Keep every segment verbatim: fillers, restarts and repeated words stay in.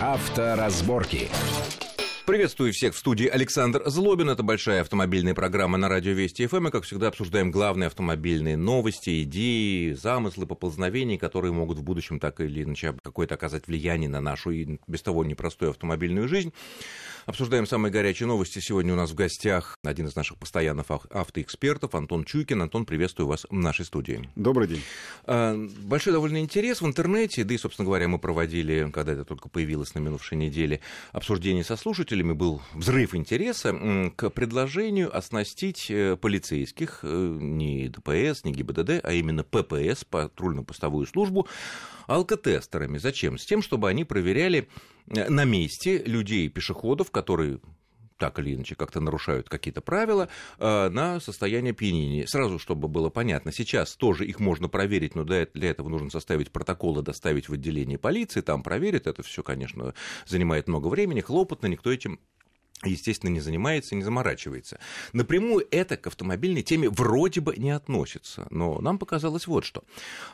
Авторазборки. Приветствую всех в студии Александр Злобин. Это большая автомобильная программа на радио Вести ФМ. Мы, как всегда, обсуждаем главные автомобильные новости, идеи, замыслы, поползновения, которые могут в будущем так или иначе какое-то оказать влияние на нашу и без того непростую автомобильную жизнь. Обсуждаем самые горячие новости. Сегодня у нас в гостях один из наших постоянных автоэкспертов, Антон Чуйкин. Антон, приветствую вас в нашей студии. Добрый день. Большой довольно интерес в интернете, да и, собственно говоря, мы проводили, когда это только появилось на минувшей неделе, обсуждение со слушателями, был взрыв интереса к предложению оснастить полицейских, не ДПС, не ГИБДД, а именно ППС, патрульно-постовую службу, алкотестерами. Зачем? С тем, чтобы они проверяли на месте людей, пешеходов, которые так или иначе как-то нарушают какие-то правила, на состояние опьянения. Сразу, чтобы было понятно, сейчас тоже их можно проверить, но для этого нужно составить протокол и доставить в отделение полиции, там проверят. Это все, конечно, занимает много времени, хлопотно, никто этим, естественно, не занимается, не заморачивается. Напрямую это к автомобильной теме вроде бы не относится, но нам показалось вот что.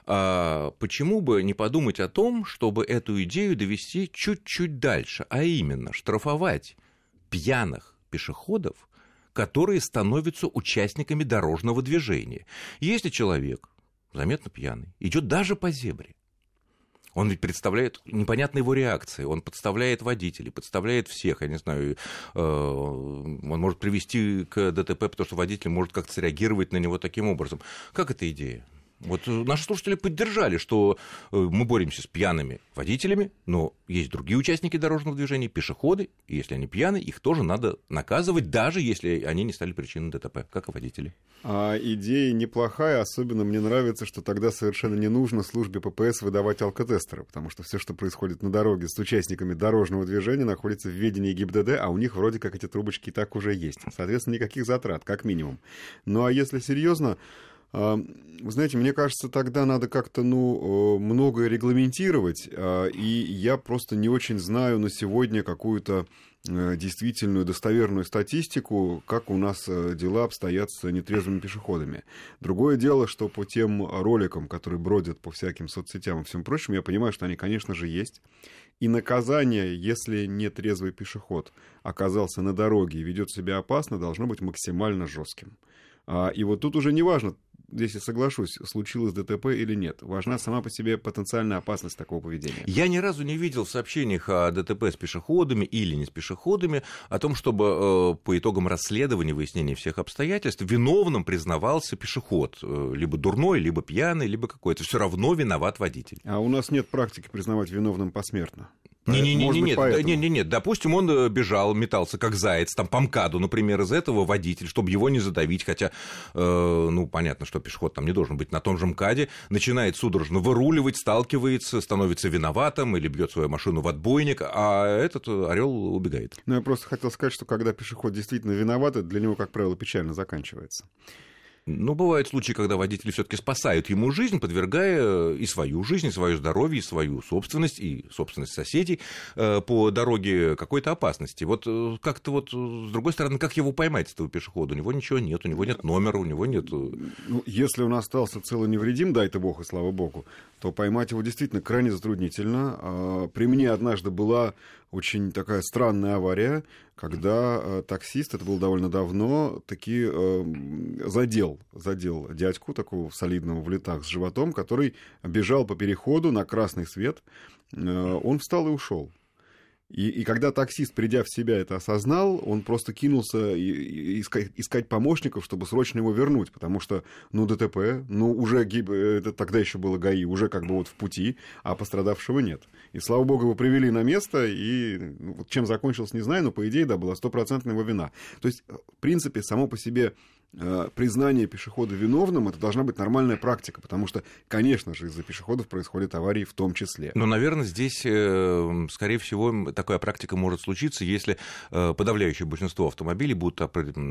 А почему бы не подумать о том, чтобы эту идею довести чуть-чуть дальше, а именно штрафовать пьяных пешеходов, которые становятся участниками дорожного движения. Если человек, заметно пьяный, идет даже по зебре, он ведь представляет, непонятна его реакция, он подставляет водителей, подставляет всех, я не знаю, он может привести к ДТП, потому что водитель может как-то среагировать на него таким образом. Как эта идея? Вот наши слушатели поддержали, что мы боремся с пьяными водителями, но есть другие участники дорожного движения, пешеходы, и если они пьяны, их тоже надо наказывать, даже если они не стали причиной ДТП, как и водители. А идея неплохая, особенно мне нравится, что тогда совершенно не нужно службе ППС выдавать алкотестеры, потому что все, что происходит на дороге с участниками дорожного движения, находится в ведении ГИБДД, а у них вроде как эти трубочки и так уже есть. Соответственно, никаких затрат, как минимум. Ну а если серьезно, вы знаете, мне кажется, тогда надо как-то, ну, многое регламентировать, и я просто не очень знаю на сегодня какую-то действительную достоверную статистику, как у нас дела обстоят с нетрезвыми пешеходами. Другое дело, что по тем роликам, которые бродят по всяким соцсетям и всем прочему, я понимаю, что они, конечно же, есть. И наказание, если нетрезвый пешеход оказался на дороге и ведет себя опасно, должно быть максимально жестким. И вот тут уже не важно, здесь я соглашусь, случилось ДТП или нет. Важна сама по себе потенциальная опасность такого поведения. Я ни разу не видел в сообщениях о ДТП с пешеходами или не с пешеходами о том, чтобы э, по итогам расследования, выяснения всех обстоятельств виновным признавался пешеход. Э, либо дурной, либо пьяный, либо какой-то. Все равно виноват водитель. А у нас нет практики признавать виновным посмертно. Не-не-не, нет, допустим, он бежал, метался как заяц, там по МКАДу, например, из этого водитель, чтобы его не задавить, хотя, э, ну, понятно, что пешеход там не должен быть на том же МКАДе, начинает судорожно выруливать, сталкивается, становится виноватым или бьет свою машину в отбойник, а этот орел убегает. Ну, я просто хотел сказать, что когда пешеход действительно виноват, для него, как правило, печально заканчивается. Ну, бывают случаи, когда водители все-таки спасают ему жизнь, подвергая и свою жизнь, и свое здоровье, и свою собственность, и собственность соседей э, по дороге какой-то опасности. Вот э, как-то вот, с другой стороны, как его поймать, этого пешехода? У него ничего нет, у него нет номера, у него нет... Ну, если он остался цел и невредим, дай-то бог и слава богу, то поймать его действительно крайне затруднительно. При мне однажды была очень такая странная авария, когда э, таксист, это было довольно давно, таки э, задел, задел дядьку такого солидного в летах с животом, который бежал по переходу на красный свет, э, он встал и ушел. И, и когда таксист, придя в себя, это осознал, он просто кинулся и, и искать, искать помощников, чтобы срочно его вернуть, потому что, ну, ДТП, ну, уже, это тогда еще было ГАИ, уже как бы вот в пути, а пострадавшего нет. И, слава богу, его привели на место, и ну, вот чем закончилось, не знаю, но, по идее, да, была стопроцентная его вина. То есть, в принципе, само по себе признание пешехода виновным, это должна быть нормальная практика, потому что, конечно же, из-за пешеходов происходят аварии в том числе. Но, наверное, здесь, скорее всего, такая практика может случиться, если подавляющее большинство автомобилей будут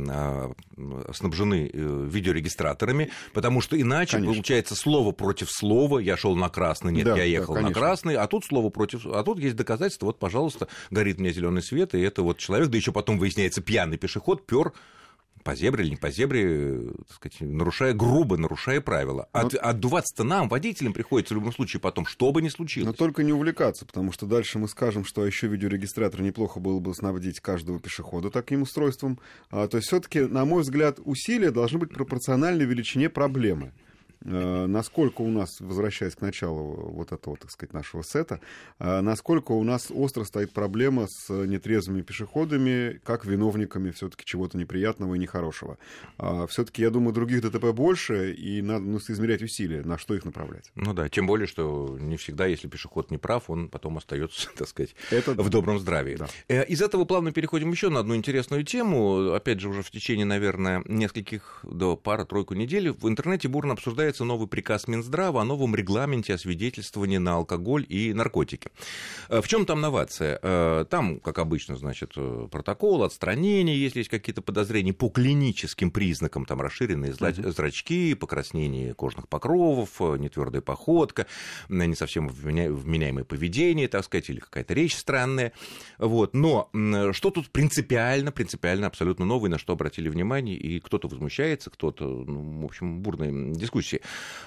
снабжены видеорегистраторами, потому что иначе, конечно, получается слово против слова. Я шел на красный, нет, да, я ехал да, на красный, а тут слово против... А тут есть доказательство, вот, пожалуйста, горит мне зеленый свет, и это вот человек, да еще потом выясняется, пьяный пешеход, пёр по зебре или не по зебре, так сказать, нарушая, грубо нарушая правила. От, Но... Отдуваться-то нам, водителям, приходится в любом случае потом, что бы ни случилось. Но только не увлекаться, потому что дальше мы скажем, что еще видеорегистратор неплохо было бы снабдить каждого пешехода таким устройством. А, то есть все-таки, на мой взгляд, усилия должны быть пропорциональны величине проблемы. Насколько у нас, возвращаясь к началу вот этого, так сказать, нашего сета, насколько у нас остро стоит проблема с нетрезвыми пешеходами, как виновниками все-таки чего-то неприятного и нехорошего. Все-таки, я думаю, других ДТП больше, и надо, ну, соизмерять усилия, на что их направлять. Ну да, тем более, что не всегда, если пешеход не прав, он потом остается, так сказать, Это... в добром здравии. Да. Из этого плавно переходим еще на одну интересную тему. Опять же, уже в течение, наверное, нескольких, до пары-тройку недель в интернете бурно обсуждается новый приказ Минздрава о новом регламенте освидетельствования на алкоголь и наркотики. В чем там новация? Там, как обычно, значит, протокол, отстранение, если есть какие-то подозрения по клиническим признакам, там расширенные зрачки, покраснение кожных покровов, нетвердая походка, не совсем вменяемое поведение, так сказать, или какая-то речь странная. Вот. Но что тут принципиально, принципиально абсолютно новое, на что обратили внимание, и кто-то возмущается, кто-то, ну, в общем, бурные дискуссии.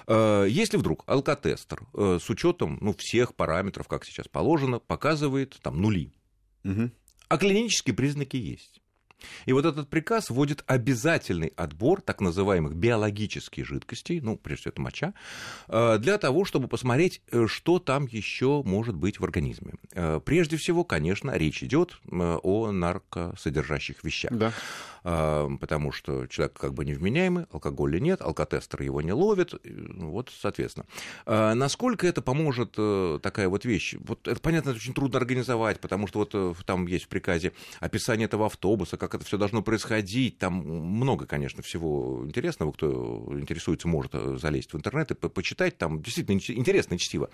Если вдруг алкотестер с учетом, ну, всех параметров, как сейчас положено, показывает там нули, угу. а клинические признаки есть. И вот этот приказ вводит обязательный отбор так называемых биологических жидкостей, ну, прежде всего, это моча, для того, чтобы посмотреть, что там еще может быть в организме. Прежде всего, конечно, речь идет о наркосодержащих вещах. Да. Потому что человек как бы невменяемый, алкоголя нет, алкотестер его не ловит, вот, соответственно. Насколько это поможет, такая вот вещь? Вот это, понятно, это очень трудно организовать, потому что вот там есть в приказе описание этого автобуса, как это все должно происходить, там много, конечно, всего интересного, кто интересуется, может залезть в интернет и почитать, там действительно интересное чтиво.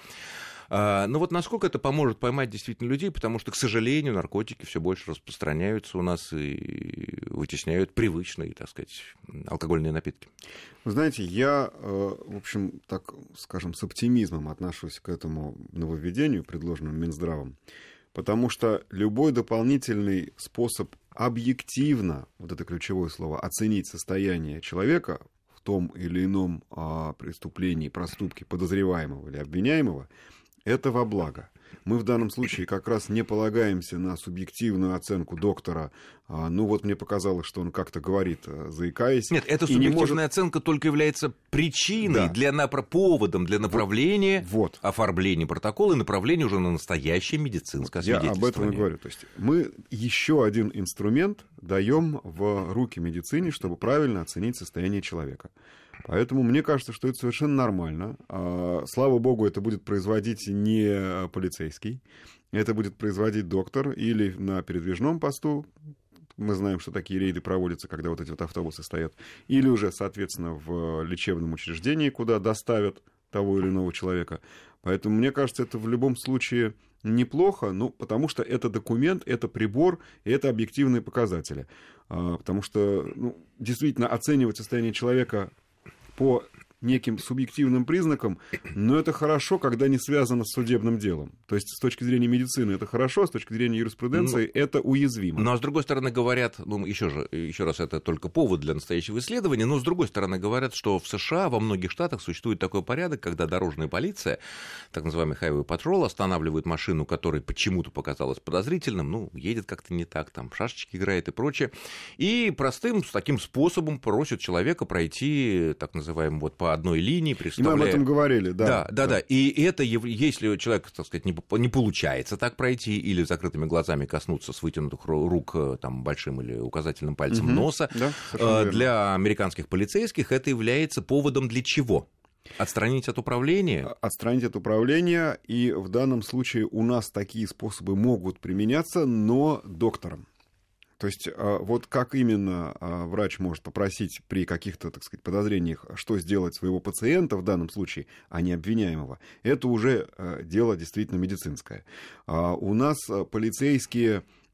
Но вот насколько это поможет поймать действительно людей, потому что, к сожалению, наркотики все больше распространяются у нас и вытесняют привычные, так сказать, алкогольные напитки. Вы знаете, я, в общем, так скажем, с оптимизмом отношусь к этому нововведению, предложенному Минздравом, потому что любой дополнительный способ объективно, вот это ключевое слово, оценить состояние человека в том или ином преступлении, проступке подозреваемого или обвиняемого, это во благо. Мы в данном случае как раз не полагаемся на субъективную оценку доктора. Ну вот мне показалось, что он как-то говорит, заикаясь. Нет, эта субъективная может... оценка только является причиной, да. для напра... поводом для направления, вот. оформления протокола и направления уже на настоящее медицинское освидетельствование. Я об этом и говорю. То есть мы еще один инструмент даем в руки медицине, чтобы правильно оценить состояние человека. Поэтому мне кажется, что это совершенно нормально. Слава богу, это будет производить не полицейский, это будет производить доктор или на передвижном посту. Мы знаем, что такие рейды проводятся, когда вот эти вот автобусы стоят. Или уже, соответственно, в лечебном учреждении, куда доставят того или иного человека. Поэтому, мне кажется, это в любом случае неплохо, ну, потому что это документ, это прибор, и это объективные показатели. Потому что, ну, действительно, оценивать состояние человека по неким субъективным признакам, но это хорошо, когда не связано с судебным делом. То есть с точки зрения медицины это хорошо, с точки зрения юриспруденции ну, это уязвимо. Ну а с другой стороны говорят, ну еще же, еще раз, это только повод для настоящего исследования, но с другой стороны говорят, что в США во многих штатах существует такой порядок, когда дорожная полиция, так называемый highway patrol, останавливает машину, которая почему-то показалась подозрительным, ну едет как-то не так, там шашечки играет и прочее, и простым таким способом просят человека пройти, так называемым, вот по одной линии, представляя... И мы об этом говорили, да. Да, да, да. да. И это, если человек, так сказать, не, не получается так пройти или закрытыми глазами коснуться с вытянутых рук там, большим или указательным пальцем угу. носа, да, для американских полицейских это является поводом для чего? Отстранить от управления? Отстранить от управления, и в данном случае у нас такие способы могут применяться, но доктором. То есть вот как именно врач может попросить при каких-то, так сказать, подозрениях, что сделать своего пациента в данном случае, а не обвиняемого, это уже дело действительно медицинское. У нас полицейские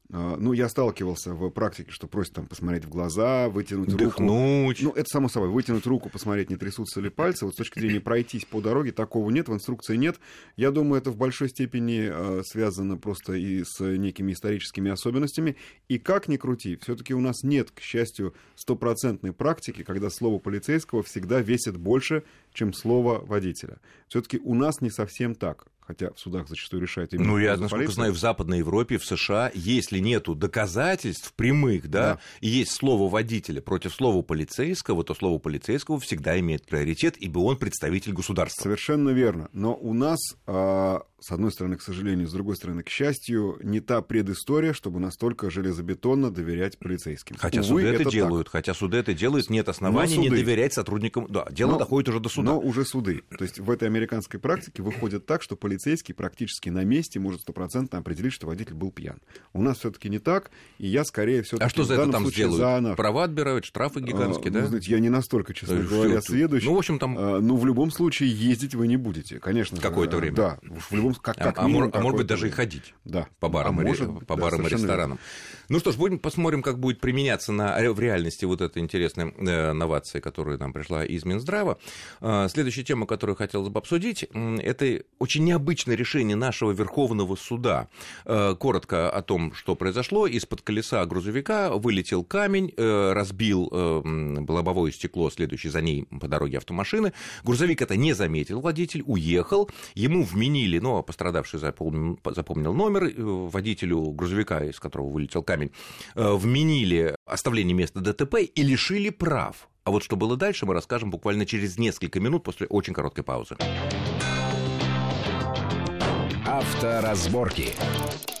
Ну, я сталкивался в практике, что просят там посмотреть в глаза, вытянуть Вдохнуть. руку. Ну, это само собой, вытянуть руку, посмотреть, не трясутся ли пальцы. Вот с точки зрения пройтись по дороге, такого нет, в инструкции нет. Я думаю, это в большой степени э, связано просто и с некими историческими особенностями. И как ни крути, все-таки у нас нет, к счастью, стопроцентной практики, когда слово полицейского всегда весит больше, чем слово водителя. Все-таки у нас не совсем так. Хотя в судах зачастую решают именно... Ну, я, насколько знаю, в Западной Европе, в США, если нету доказательств прямых, да, да, и есть слово водителя против слова полицейского, то слово полицейского всегда имеет приоритет, ибо он представитель государства. Совершенно верно. Но у нас, а, с одной стороны, к сожалению, с другой стороны, к счастью, не та предыстория, чтобы настолько железобетонно доверять полицейским. Хотя Увы, суды это, это делают, так. хотя суды это делают, нет оснований не доверять сотрудникам. Да, дело но, доходит уже до суда. Но уже суды. То есть в этой американской практике выходит так, что полицейский Полицейский практически на месте может стопроцентно определить, что водитель был пьян. У нас все-таки не так, и я скорее все-таки а что за это там сделают? За... Права отбирают, штрафы гигантские, а, да? Ну, знаете, я не настолько, честно что говоря, ты... сведущ. Ну, в общем, там... А, ну, в любом случае, ездить вы не будете, конечно. Какое-то время. Да, в любом как, как а, минимум, а может быть, даже и ходить. Да. По барам, а и, может, по да, барам и ресторанам. Верно. Ну что ж, будем посмотрим, как будет применяться на, в реальности вот эта интересная э, новация, которая нам пришла из Минздрава. Э, следующая тема, которую хотелось бы обсудить, э, это очень необычное решение нашего Верховного суда. Э, коротко о том, что произошло. Из-под колеса грузовика вылетел камень, э, разбил э, лобовое стекло, следующее за ней по дороге автомашины. Грузовик это не заметил, водитель уехал. Ему вменили, ну, пострадавший запомнил, запомнил номер, водителю грузовика, из которого вылетел камень, вменили оставление места ДТП и лишили прав. А вот что было дальше, мы расскажем буквально через несколько минут после очень короткой паузы. Авторазборки.